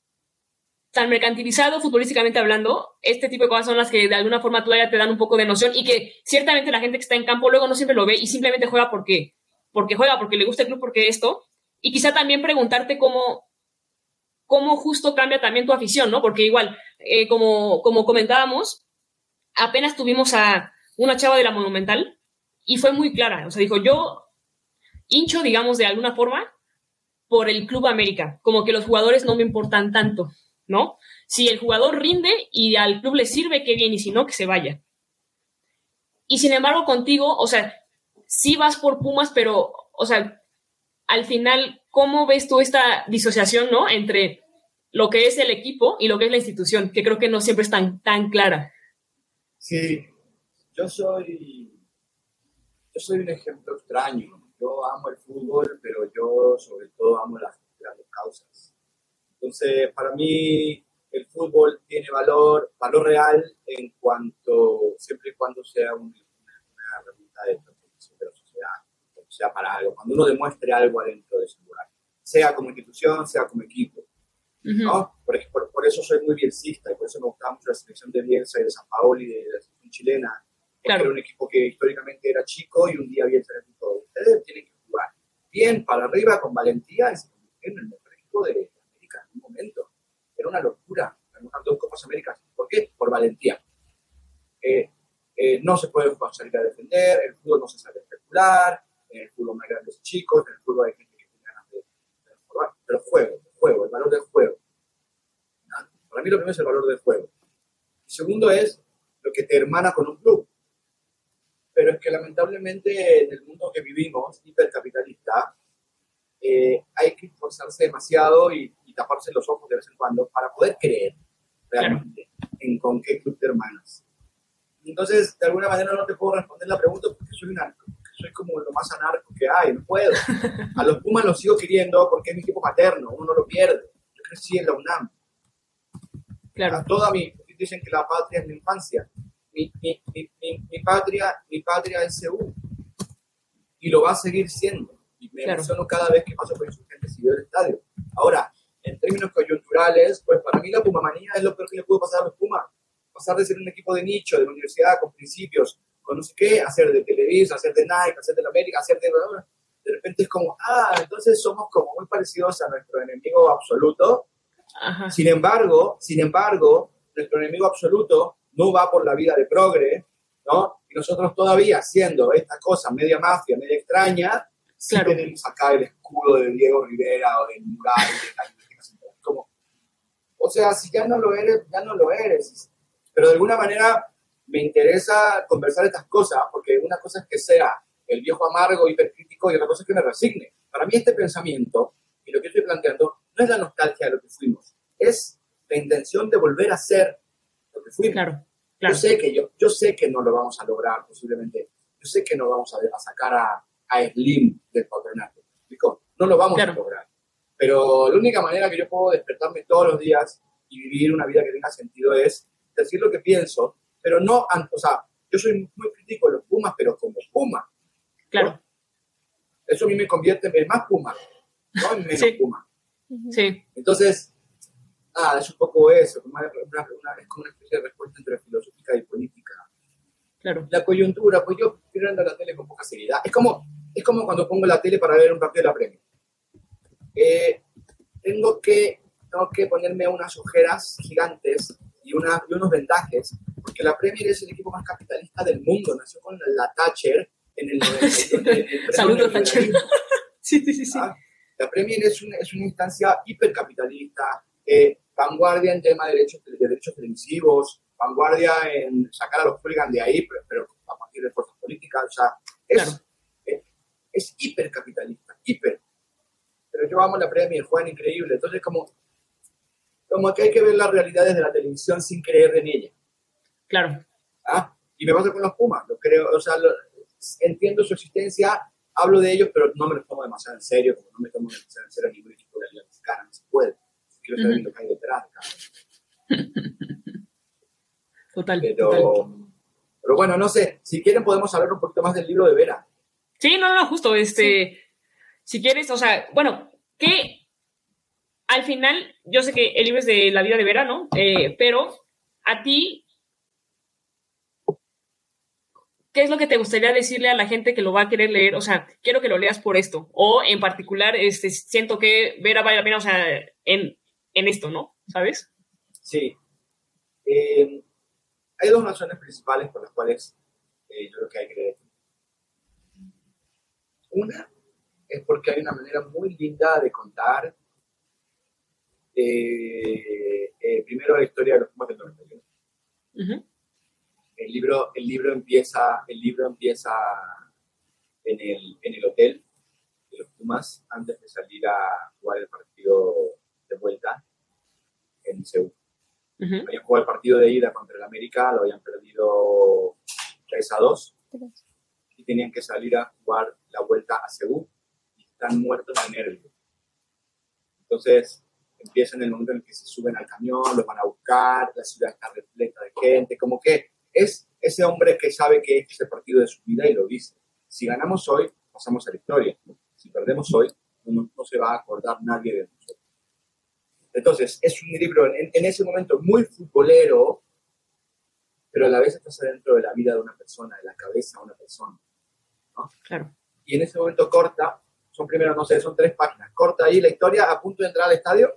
tan mercantilizado, futbolísticamente hablando, este tipo de cosas son las que de alguna forma todavía te dan un poco de noción, y que ciertamente la gente que está en campo luego no siempre lo ve y simplemente juega porque porque juega, porque le gusta el club, porque esto, y quizá también preguntarte cómo, cómo justo cambia también tu afición, ¿no? Porque igual, eh, como, como comentábamos, apenas tuvimos a una chava de la Monumental y fue muy clara, o sea, dijo, yo hincho, digamos, de alguna forma, por el Club América, como que los jugadores no me importan tanto, ¿no? Si el jugador rinde y al club le sirve, qué bien, y si no, que se vaya. Y sin embargo, contigo, o sea, sí vas por Pumas, pero, o sea, al final, ¿cómo ves tú esta disociación, ¿no? Entre lo que es el equipo y lo que es la institución, que creo que no siempre es tan, tan clara. Sí, yo soy, yo soy un ejemplo extraño. Yo amo el fútbol, pero yo sobre todo amo las grandes causas. Entonces, para mí, el fútbol tiene valor, valor real en cuanto, siempre y cuando sea un, una, una herramienta de transformación de la sociedad, o sea para algo, cuando uno demuestre algo adentro de ese lugar, sea como institución, sea como equipo. Uh-huh. ¿No? Por, por, por eso soy muy bielcista y por eso me gustaba mucho la selección de Bielsa y de San Paolo y de, de la selección chilena. Claro. Era un equipo que históricamente era chico y un día Bielsa le dijo, ustedes tienen que jugar bien, para arriba, con valentía, y se convirtieron en el mejor equipo de América en un momento. Era una locura. Ganamos dos Copas Américas. ¿Por qué? Por valentía. Eh, eh, no se puede salir a defender, el fútbol no se sabe especular, en el fútbol no hay grandes chicos, en el fútbol hay gente que tiene ganas de transformar. Pero juego, el juego, el valor del juego. Para mí lo primero es el valor del juego. El segundo es lo que te hermana con un club. Pero es que lamentablemente en el mundo que vivimos, hipercapitalista, eh, hay que esforzarse demasiado y, y taparse los ojos de vez en cuando para poder creer realmente claro. en con qué club te hermanas. Entonces, de alguna manera no te puedo responder la pregunta porque soy un anarco, porque soy como lo más anarco que hay, no puedo. A los Pumas los sigo queriendo porque es mi equipo materno, uno no lo pierde. Yo crecí en la UNAM. Claro. A toda mi, dicen que la patria es mi infancia. Mi, mi, mi, mi, mi patria, mi patria es Seúl. Y lo va a seguir siendo. Y me claro. emociono cada vez que paso por Insurgentes y veo el estadio. Ahora, en términos coyunturales, pues para mí la pumamanía es lo peor que le pudo pasar a los Pumas. Pasar de ser un equipo de nicho, de la universidad, con principios, con no sé qué, hacer de Televisa, hacer de Nike, hacer de la América, hacer de... De repente es como, ah, entonces somos como muy parecidos a nuestro enemigo absoluto. Ajá. Sin embargo, sin embargo, nuestro enemigo absoluto no va por la vida de progre, ¿no? Y nosotros todavía haciendo esta cosa media mafia, media extraña, sí claro. tenemos acá el escudo de Diego Rivera o del mural de la Biblioteca sea, si ya no lo eres, ya no lo eres. Pero de alguna manera me interesa conversar estas cosas, porque una cosa es que sea el viejo amargo, hipercrítico, y otra cosa es que me resigne. Para mí este pensamiento, y lo que estoy planteando, no es la nostalgia de lo que fuimos, es la intención de volver a ser lo que fuimos. Claro, claro. Yo sé que, yo, yo sé que no lo vamos a lograr posiblemente. Yo sé que no vamos a, a sacar a, a Slim del patronato. ¿Me explico? No lo vamos Claro. a lograr. Pero la única manera que yo puedo despertarme todos los días y vivir una vida que tenga sentido es decir lo que pienso, pero no, o sea, yo soy muy crítico de los Pumas, pero como Puma. Claro. ¿No? Eso a mí me convierte en más Puma, no en menos Sí. Puma. Sí, Entonces, nada, es un poco eso, como una, una, una, es como una especie de respuesta entre filosófica y política. claro. La coyuntura, pues yo mirando la tele con poca seriedad. Es como, es como cuando pongo la tele para ver un partido de la Premier. Eh, tengo, que, tengo que ponerme unas ojeras gigantes y, una, y unos vendajes, porque la Premier es el equipo más capitalista del mundo. Nació con la Thatcher en el noventa y uno. en el- Saludos, en el- Thatcher. Sí, sí, sí, sí. ¿Ah? La Premier es una, es una instancia hipercapitalista, eh, vanguardia en tema de derechos, de derechos televisivos, vanguardia en sacar a los hooligans de ahí, pero, pero a partir de fuerzas políticas. O sea, es, Claro. es, es hipercapitalista, hiper. Pero yo amo la Premier, juegan increíble. Entonces, como, como que hay que ver las realidades de la televisión sin creer en ella. Claro. ¿Ah? Y me pasa con los Pumas, lo creo, o sea, lo- entiendo su existencia, hablo de ellos, pero no me los tomo demasiado en serio, como no me tomo demasiado en serio a ningún equipo de la Liga Mexicana, no se puede. Quiero saber Ujú. lo que hay detrás, cabrón. Total, Pero, total. pero bueno, no sé, si quieren podemos hablar un poquito más del libro de Vera. Sí, no, no, justo, este, si quieres, o sea, bueno, que al final, yo sé que el libro es de la vida de Vera, ¿no? Eh, pero a ti, ¿qué es lo que te gustaría decirle a la gente que lo va a querer leer? O sea, quiero que lo leas por esto. O en particular, este, siento que Vera vale la pena, o sea, en, en esto, ¿no? ¿Sabes? Sí. Eh, hay dos razones principales por las cuales eh, yo creo que hay que leer. Una es porque hay una manera muy linda de contar eh, eh, primero la historia de los Pumas del noventa y uno. Uh-huh. El libro, el libro empieza, el libro empieza en el, en el hotel de los Pumas antes de salir a jugar el partido de vuelta en Seúl. Uh-huh. Habían jugado el partido de ida contra el América, lo habían perdido tres a dos y tenían que salir a jugar la vuelta a Seúl y están muertos de nervios. Entonces empieza en el momento en el que se suben al camión, los van a buscar, la ciudad está repleta de gente, como que es ese hombre que sabe que este es el partido de su vida y lo dice. Si ganamos hoy, pasamos a la historia. Si perdemos hoy, no, no se va a acordar nadie de nosotros. Entonces, es un libro en, en ese momento muy futbolero, pero a la vez estás adentro de la vida de una persona, de la cabeza de una persona, ¿no? Claro. Y en ese momento corta, son primero, no sé, son tres páginas, corta ahí la historia a punto de entrar al estadio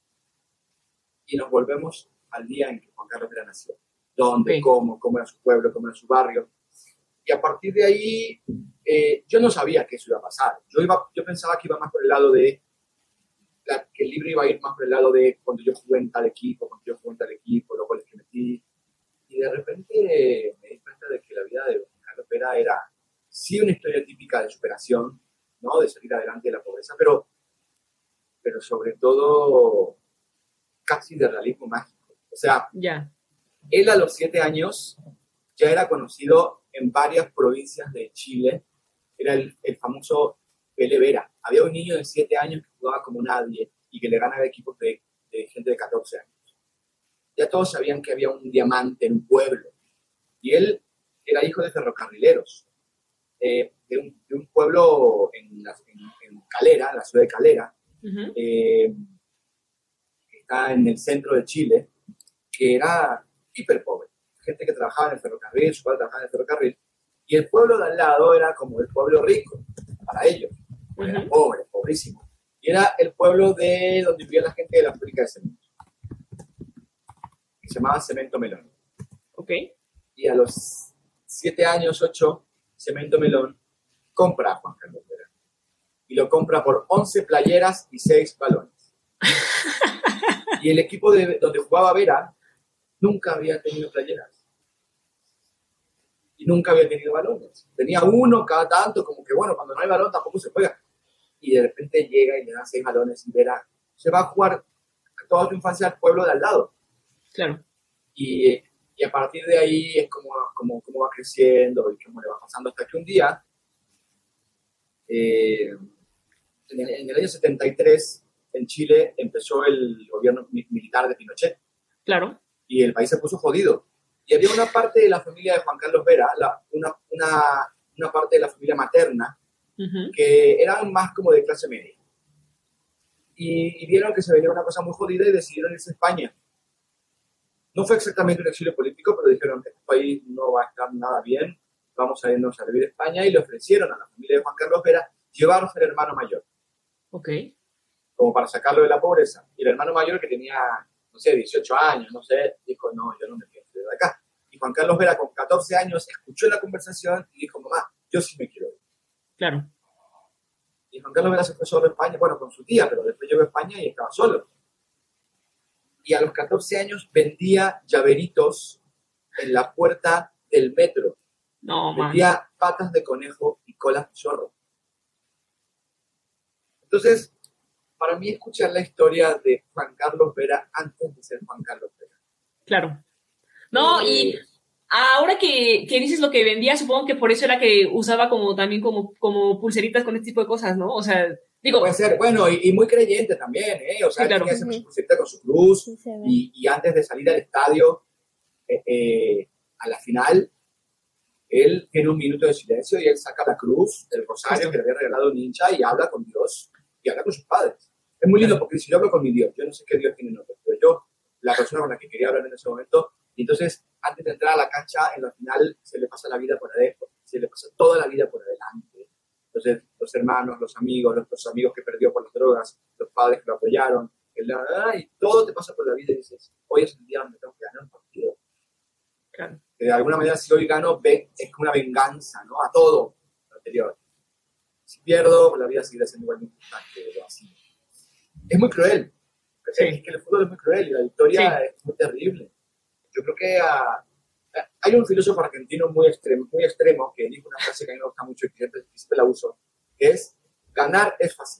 y nos volvemos al día en que Juan Carlos Vera nació. Dónde, Sí. cómo, cómo era su pueblo, cómo era su barrio. Y a partir de ahí, eh, yo no sabía que eso iba a pasar. Yo, iba, yo pensaba que iba más por el lado de, la, que el libro iba a ir más por el lado de cuando yo jugué en tal equipo, cuando yo jugué en tal equipo, los goles que metí. Y de repente me di cuenta de que la vida de Juan Carlos Vera era sí una historia típica de superación, ¿no? De salir adelante de la pobreza, pero, pero sobre todo casi de realismo mágico. O sea, Ya. él a los siete años ya era conocido en varias provincias de Chile. Era el, el famoso Pele Vera. Había un niño de siete años que jugaba como nadie y que le ganaba equipos de, de gente de catorce años. Ya todos sabían que había un diamante en un pueblo. Y él era hijo de ferrocarrileros. Eh, de, un, de un pueblo en, la, en, en Calera, en la ciudad de Calera, Uh-huh. eh, que está en el centro de Chile, que era hiper pobre. Gente que trabajaba en el ferrocarril, su padre trabajaba en el ferrocarril, y el pueblo de al lado era como el pueblo rico, para ellos. Uh-huh. Era pobre, pobrísimo. Y era el pueblo de donde vivía la gente de la fábrica de cemento. Que se llamaba Cemento Melón. Ok. Y a los siete años, ocho, Cemento Melón compra a Juan Carlos Vera. Y lo compra por once playeras y seis balones. Y el equipo de, donde jugaba Vera nunca había tenido playeras. Y nunca había tenido balones. Tenía uno cada tanto, como que bueno, cuando no hay balón tampoco se juega. Y de repente llega y le dan seis balones y Vera se va a jugar toda su infancia al pueblo de al lado. Claro. Y, y a partir de ahí es como, como, como va creciendo y cómo le va pasando hasta que un día, eh, en, el, en el año setenta y tres, en Chile empezó el gobierno militar de Pinochet. Claro. Y el país se puso jodido. Y había una parte de la familia de Juan Carlos Vera, la, una, una, una parte de la familia materna, uh-huh. que eran más como de clase media. Y, y vieron que se venía una cosa muy jodida y decidieron irse a España. No fue exactamente un exilio político, pero dijeron que este país no va a estar nada bien, vamos a irnos a vivir a España, y le ofrecieron a la familia de Juan Carlos Vera llevarse al hermano mayor. Ok. Como para sacarlo de la pobreza. Y el hermano mayor, que tenía, no sé, dieciocho años, no sé, dijo, no, yo no me quiero ir de acá. Y Juan Carlos Vera, con catorce años, escuchó la conversación y dijo, mamá, yo sí me quiero ir. Claro. Y Juan Carlos Vera se fue solo a España, bueno, con su tía, pero después llegó a España y estaba solo. Y a los catorce años vendía llaveritos en la puerta del metro. No, man. Vendía patas de conejo y colas de zorro. Entonces, para mí escuchar la historia de Juan Carlos Vera antes de ser Juan Carlos Vera. Claro. No, eh, y ahora que, que dices lo que vendía, supongo que por eso era que usaba como también como, como pulseritas con este tipo de cosas, ¿no? O sea, digo... Puede ser, bueno, y, y muy creyente también, ¿eh? O sea, sí, claro. Tenía esa pulserita con su cruz, sí, y, y antes de salir al estadio, eh, eh, a la final, él tiene un minuto de silencio y él saca la cruz, el rosario sí. que le había regalado un hincha y habla con Dios y habla con sus padres. Es muy lindo porque si yo hablo con mi Dios, yo no sé qué Dios tiene en otro, pero yo, la persona con la que quería hablar en ese momento, y entonces, antes de entrar a la cancha, en la final se le pasa la vida por adentro, se le pasa toda la vida por adelante. Entonces, los hermanos, los amigos, los, los amigos que perdió por las drogas, los padres que lo apoyaron, el, y todo te pasa por la vida y dices, hoy es el día donde tengo que ganar un partido. Claro. Que de alguna manera, si hoy gano, es como una venganza, ¿no? A todo lo anterior. Si pierdo, la vida seguirá siendo igual de importante, o así. Es muy cruel. Sí. Es que el fútbol es muy cruel y la victoria sí. es muy terrible. Yo creo que uh, hay un filósofo argentino muy extremo, muy extremo que dijo una frase que a mí me gusta mucho y que siempre, siempre la uso, que es, ganar es fácil.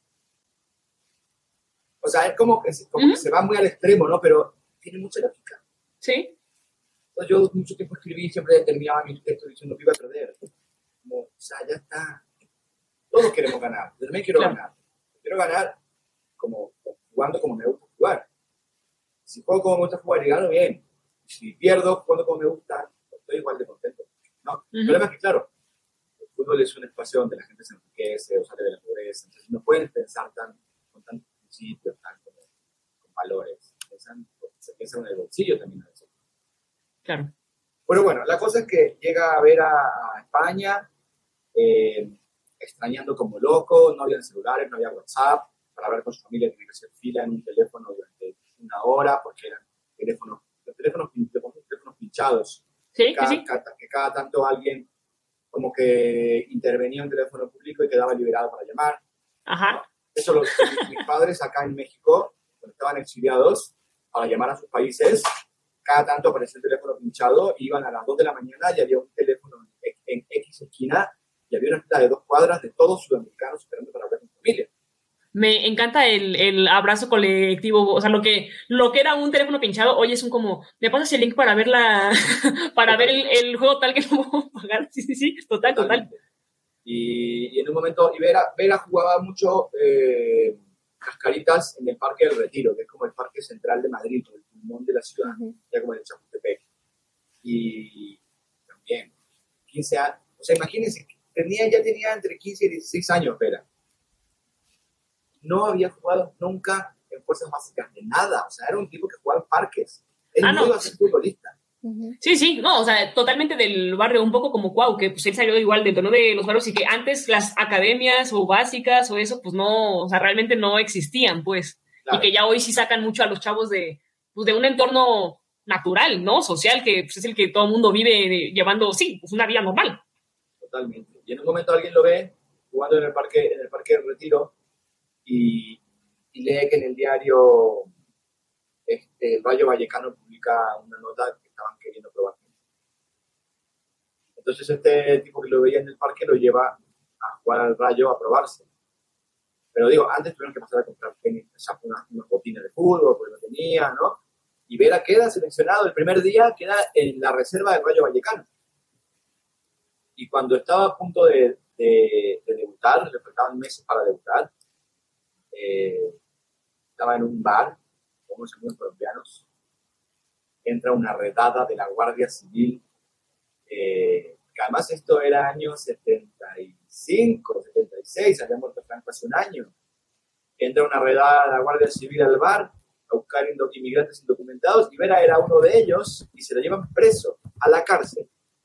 O sea, es como, que, como ¿Mm? que se va muy al extremo, ¿no? Pero tiene mucha lógica. Sí. Entonces, yo mucho tiempo escribí y siempre terminaba mis textos diciendo que iba a perder. Como, o sea, ya está. Todos queremos ganar. Yo también quiero claro. ganar. Quiero ganar como, jugando como me gusta jugar. Si juego como me gusta jugar y gano, bien. Si pierdo jugando como me gusta, estoy igual de contento. ¿No? Uh-huh. El problema es que, claro, el fútbol es un espacio donde la gente se enriquece o sale de la pobreza. Entonces no pueden pensar tan, con tantos principios, tan como, con valores. Piensan, se piensan en el bolsillo también a veces. Claro. Pero bueno, la cosa es que llega a ver a, a España, eh, extrañando como loco, no había celulares, no había WhatsApp. Para hablar con su familia tenía que hacer fila en un teléfono durante una hora porque eran teléfonos, los teléfonos, los teléfonos pinchados. Sí, cada, sí. Cada, que cada tanto alguien como que intervenía en un teléfono público y quedaba liberado para llamar. Ajá. Eso los, mis padres acá en México, cuando estaban exiliados, para llamar a sus países, cada tanto aparecía el teléfono pinchado, iban a las dos de la mañana y había un teléfono en, en X esquina y había una fila de dos cuadras de todos sudamericanos esperando para hablar con su familia. Me encanta el, el abrazo colectivo, o sea, lo que, lo que era un teléfono pinchado, hoy es un como, me pasas el link para ver la, para ver el, el juego tal que no puedo pagar, sí, sí, sí, total, Totalmente. total. Y, y en un momento, y Vera, Vera jugaba mucho eh, cascaritas en el Parque del Retiro, que es como el parque central de Madrid, el pulmón de la ciudad, uh-huh. ya como en el Chapultepec. Y también, quince años, o sea, imagínense, tenía, ya tenía entre quince y dieciséis años, Vera. No había jugado nunca en fuerzas básicas de nada, o sea, era un tipo que jugaba en parques. Él ah, no iba a ser futbolista. Uh-huh. Sí, sí, no, o sea, totalmente del barrio, un poco como Cuau, que pues él salió igual del tono de los barrios y que antes las academias o básicas o eso, pues no, o sea, realmente no existían, pues. Claro. Y que ya hoy sí sacan mucho a los chavos de, pues, de un entorno natural, ¿no? Social, que pues, es el que todo el mundo vive llevando, sí, pues una vida normal. Totalmente. Y en un momento alguien lo ve jugando en el parque, en el parque del Retiro y, y lee que en el diario este, el Rayo Vallecano publica una nota que estaban queriendo probar. Entonces este tipo que lo veía en el parque lo lleva a jugar al Rayo a probarse. Pero digo, antes tuvieron que pasar a comprar tenis, unas, unos botines de fútbol, porque no tenía, ¿no? Y Vera queda seleccionado el primer día, queda en la reserva del Rayo Vallecano. Y cuando estaba a punto de, de, de debutar, le faltaban meses para debutar, eh, estaba en un bar con unos amigos colombianos, entra una redada de la Guardia Civil, eh, que además esto era año setenta y cinco, setenta y seis, había muerto Franco hace un año. Entra una redada de la Guardia Civil al bar a buscar inmigrantes indocumentados y Vera era uno de ellos y se lo llevan preso a la cárcel.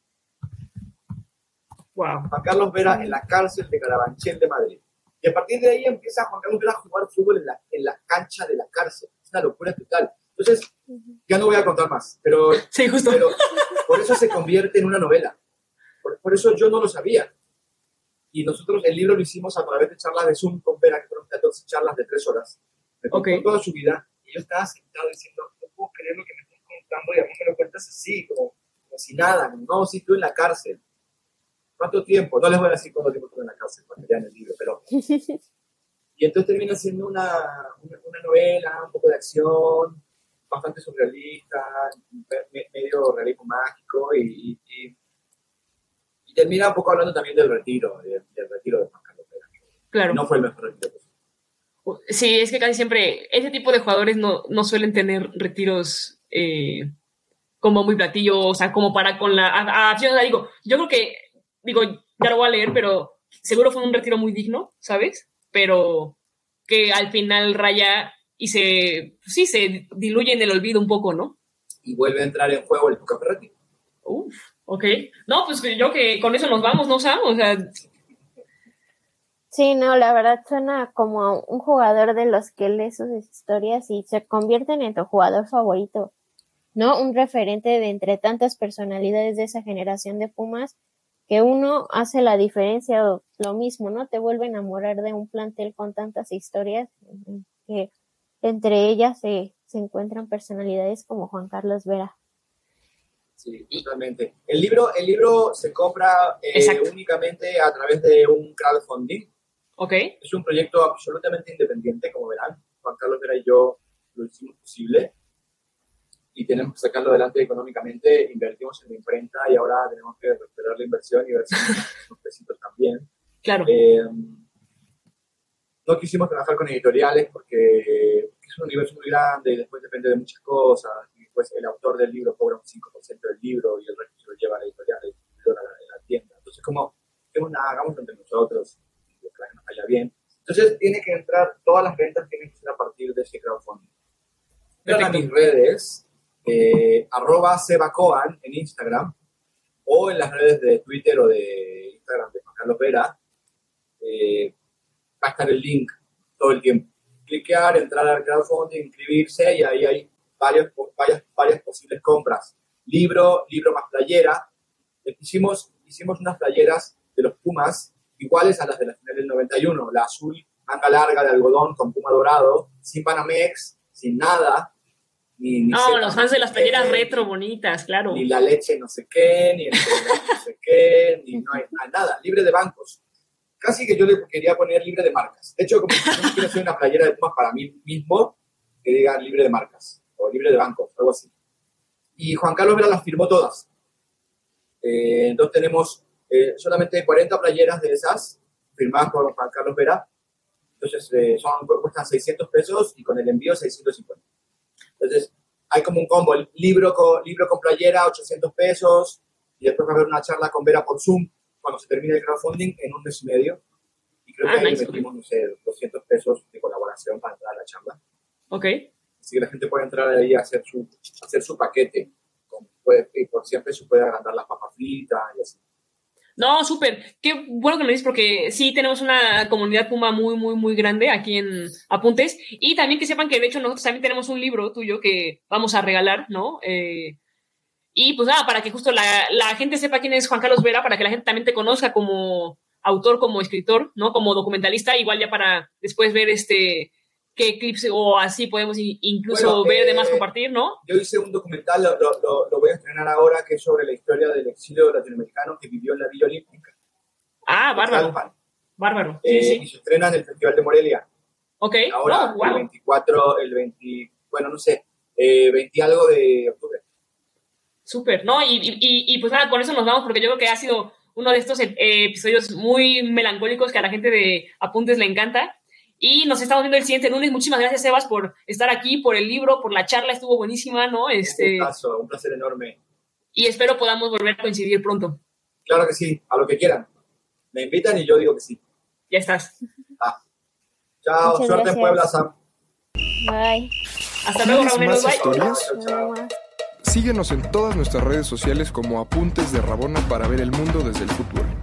Wow. Juan Carlos Vera en la cárcel de Carabanchel de Madrid. Y a partir de ahí empieza Juan Carlos Vera a jugar fútbol en la, en la cancha de la cárcel. Es una locura total. Entonces, ya no voy a contar más, pero, sí, justo. pero por eso se convierte en una novela. Por, por eso yo no lo sabía. Y nosotros el libro lo hicimos a través de charlas de Zoom con Vera, que fueron catorce charlas de tres horas. Me contó okay. toda su vida y yo estaba sentado diciendo, no puedo creer lo que me estás contando y a mí me lo cuentas así, como, como si nada. No, sí, estuve en la cárcel. ¿Cuánto tiempo? No les voy a decir cuánto tiempo estuve en la cárcel, porque ya en el libro, pero... Y entonces termina siendo una, una, una novela, un poco de acción, bastante surrealista, medio realismo mágico y, y, y termina un poco hablando también del retiro, del, del retiro de Juan Carlos Vera. Claro. No fue el mejor retiro posible. Sí, es que casi siempre ese tipo de jugadores no, no suelen tener retiros eh, como muy platillo, o sea, como para con la... A, a, a, digo, yo creo que, digo, ya lo voy a leer, pero seguro fue un retiro muy digno, ¿sabes? Pero que al final raya y se, sí, se diluye en el olvido un poco, ¿no? Y vuelve a entrar en juego el Tuca Ferretti. Uf, ok. No, pues yo que con eso nos vamos, ¿no, Sam? O sea... Sí, no, la verdad suena como un jugador de los que lee sus historias y se convierten en tu jugador favorito, ¿no? Un referente de entre tantas personalidades de esa generación de Pumas, que uno hace la diferencia o lo mismo, ¿no? Te vuelve a enamorar de un plantel con tantas historias que entre ellas se, se encuentran personalidades como Juan Carlos Vera. Sí, totalmente. El libro, el libro se compra eh, únicamente a través de un crowdfunding. Okay. Es un proyecto absolutamente independiente, como verán. Juan Carlos Vera y yo lo hicimos posible y tenemos que sacarlo adelante económicamente. Invertimos en la imprenta y ahora tenemos que recuperar la inversión y ver si unos pesitos también. Claro. Eh, no quisimos trabajar con editoriales porque es un universo muy grande y después depende de muchas cosas. Y después el autor del libro cobra un cinco por ciento del libro y el resto se lo lleva a la editorial y en la tienda. Entonces, como hagámoslo entre nosotros, para que nos vaya bien. Entonces, tiene que entrar, todas las ventas tienen que ser a partir de ese crowdfunding. Vean a mis redes, eh, arroba sebacoan en Instagram, o en las redes de Twitter o de Instagram de Juan Carlos Vera, eh, va a estar el link todo el tiempo. Cliquear, entrar al crowdfunding, inscribirse, y ahí hay varios, varias, varias posibles compras. Libro, libro más playera. Hicimos, hicimos unas playeras de los Pumas, iguales a las de la final del noventa y uno, la azul, manga larga de algodón con puma dorado, sin Panamex, sin nada. Ni, ni no, sepa, los fans de las playeras qué, retro bonitas, claro. Ni la leche no sé qué, ni el no sé qué, ni no hay, no hay nada, libre de bancos. Casi que yo le quería poner libre de marcas. De hecho, como yo quiero hacer una playera de Pumas para mí mismo, que diga libre de marcas, o libre de bancos, algo así. Y Juan Carlos Vera las firmó todas. Eh, entonces tenemos Eh, solamente cuarenta playeras de esas firmadas por Juan Carlos Vera. Entonces eh, son, cuestan seiscientos pesos y con el envío seiscientos cincuenta. Entonces hay como un combo, el libro con, libro con playera ochocientos pesos y después va a haber una charla con Vera por Zoom cuando se termine el crowdfunding en un mes y medio. Y creo ah, que ahí nice. metimos, no sé, doscientos pesos de colaboración para entrar a la charla. Ok. Así que la gente puede entrar ahí a hacer su, a hacer su paquete. Con, puede, y por cien pesos puede agrandar las papas fritas y así. No, súper. Qué bueno que lo dices porque sí tenemos una comunidad Puma muy, muy, muy grande aquí en Apuntes. Y también que sepan que, de hecho, nosotros también tenemos un libro tuyo que vamos a regalar, ¿no? Eh, y pues nada, para que justo la, la gente sepa quién es Juan Carlos Vera, para que la gente también te conozca como autor, como escritor, ¿no? Como documentalista, igual ya para después ver este qué clips o así podemos incluso Bueno, ver, eh, además compartir, ¿no? Yo hice un documental, lo, lo, lo, lo voy a estrenar ahora, que es sobre la historia del exilio latinoamericano que vivió en la Villa Olímpica. Ah, bárbaro. Alpan. Bárbaro. Eh, Sí, sí. Y se estrena en el Festival de Morelia. Ok. Ahora, Oh, wow. el veinticuatro, el veinte, bueno, no sé, eh, veinte algo de octubre. Súper, ¿no? Y, y, y pues nada, con eso nos vamos porque yo creo que ha sido uno de estos eh, episodios muy melancólicos que a la gente de Apuntes le encanta. Y nos estamos viendo el siguiente lunes. Muchísimas gracias, Sebas, por estar aquí, por el libro, por la charla, estuvo buenísima, ¿no? Este, Un placer, un placer enorme. Y espero podamos volver a coincidir pronto. Claro que sí, a lo que quieran. Me invitan y yo digo que sí. Ya estás. Ah. Chao, Muchas suerte gracias. en Puebla, Sam. Bye. Hasta luego, ¿Tienes Raboneros. más Bye. historias? Chao, chao. Nada más. Síguenos en todas nuestras redes sociales como Apuntes de Rabona para ver el mundo desde el futuro.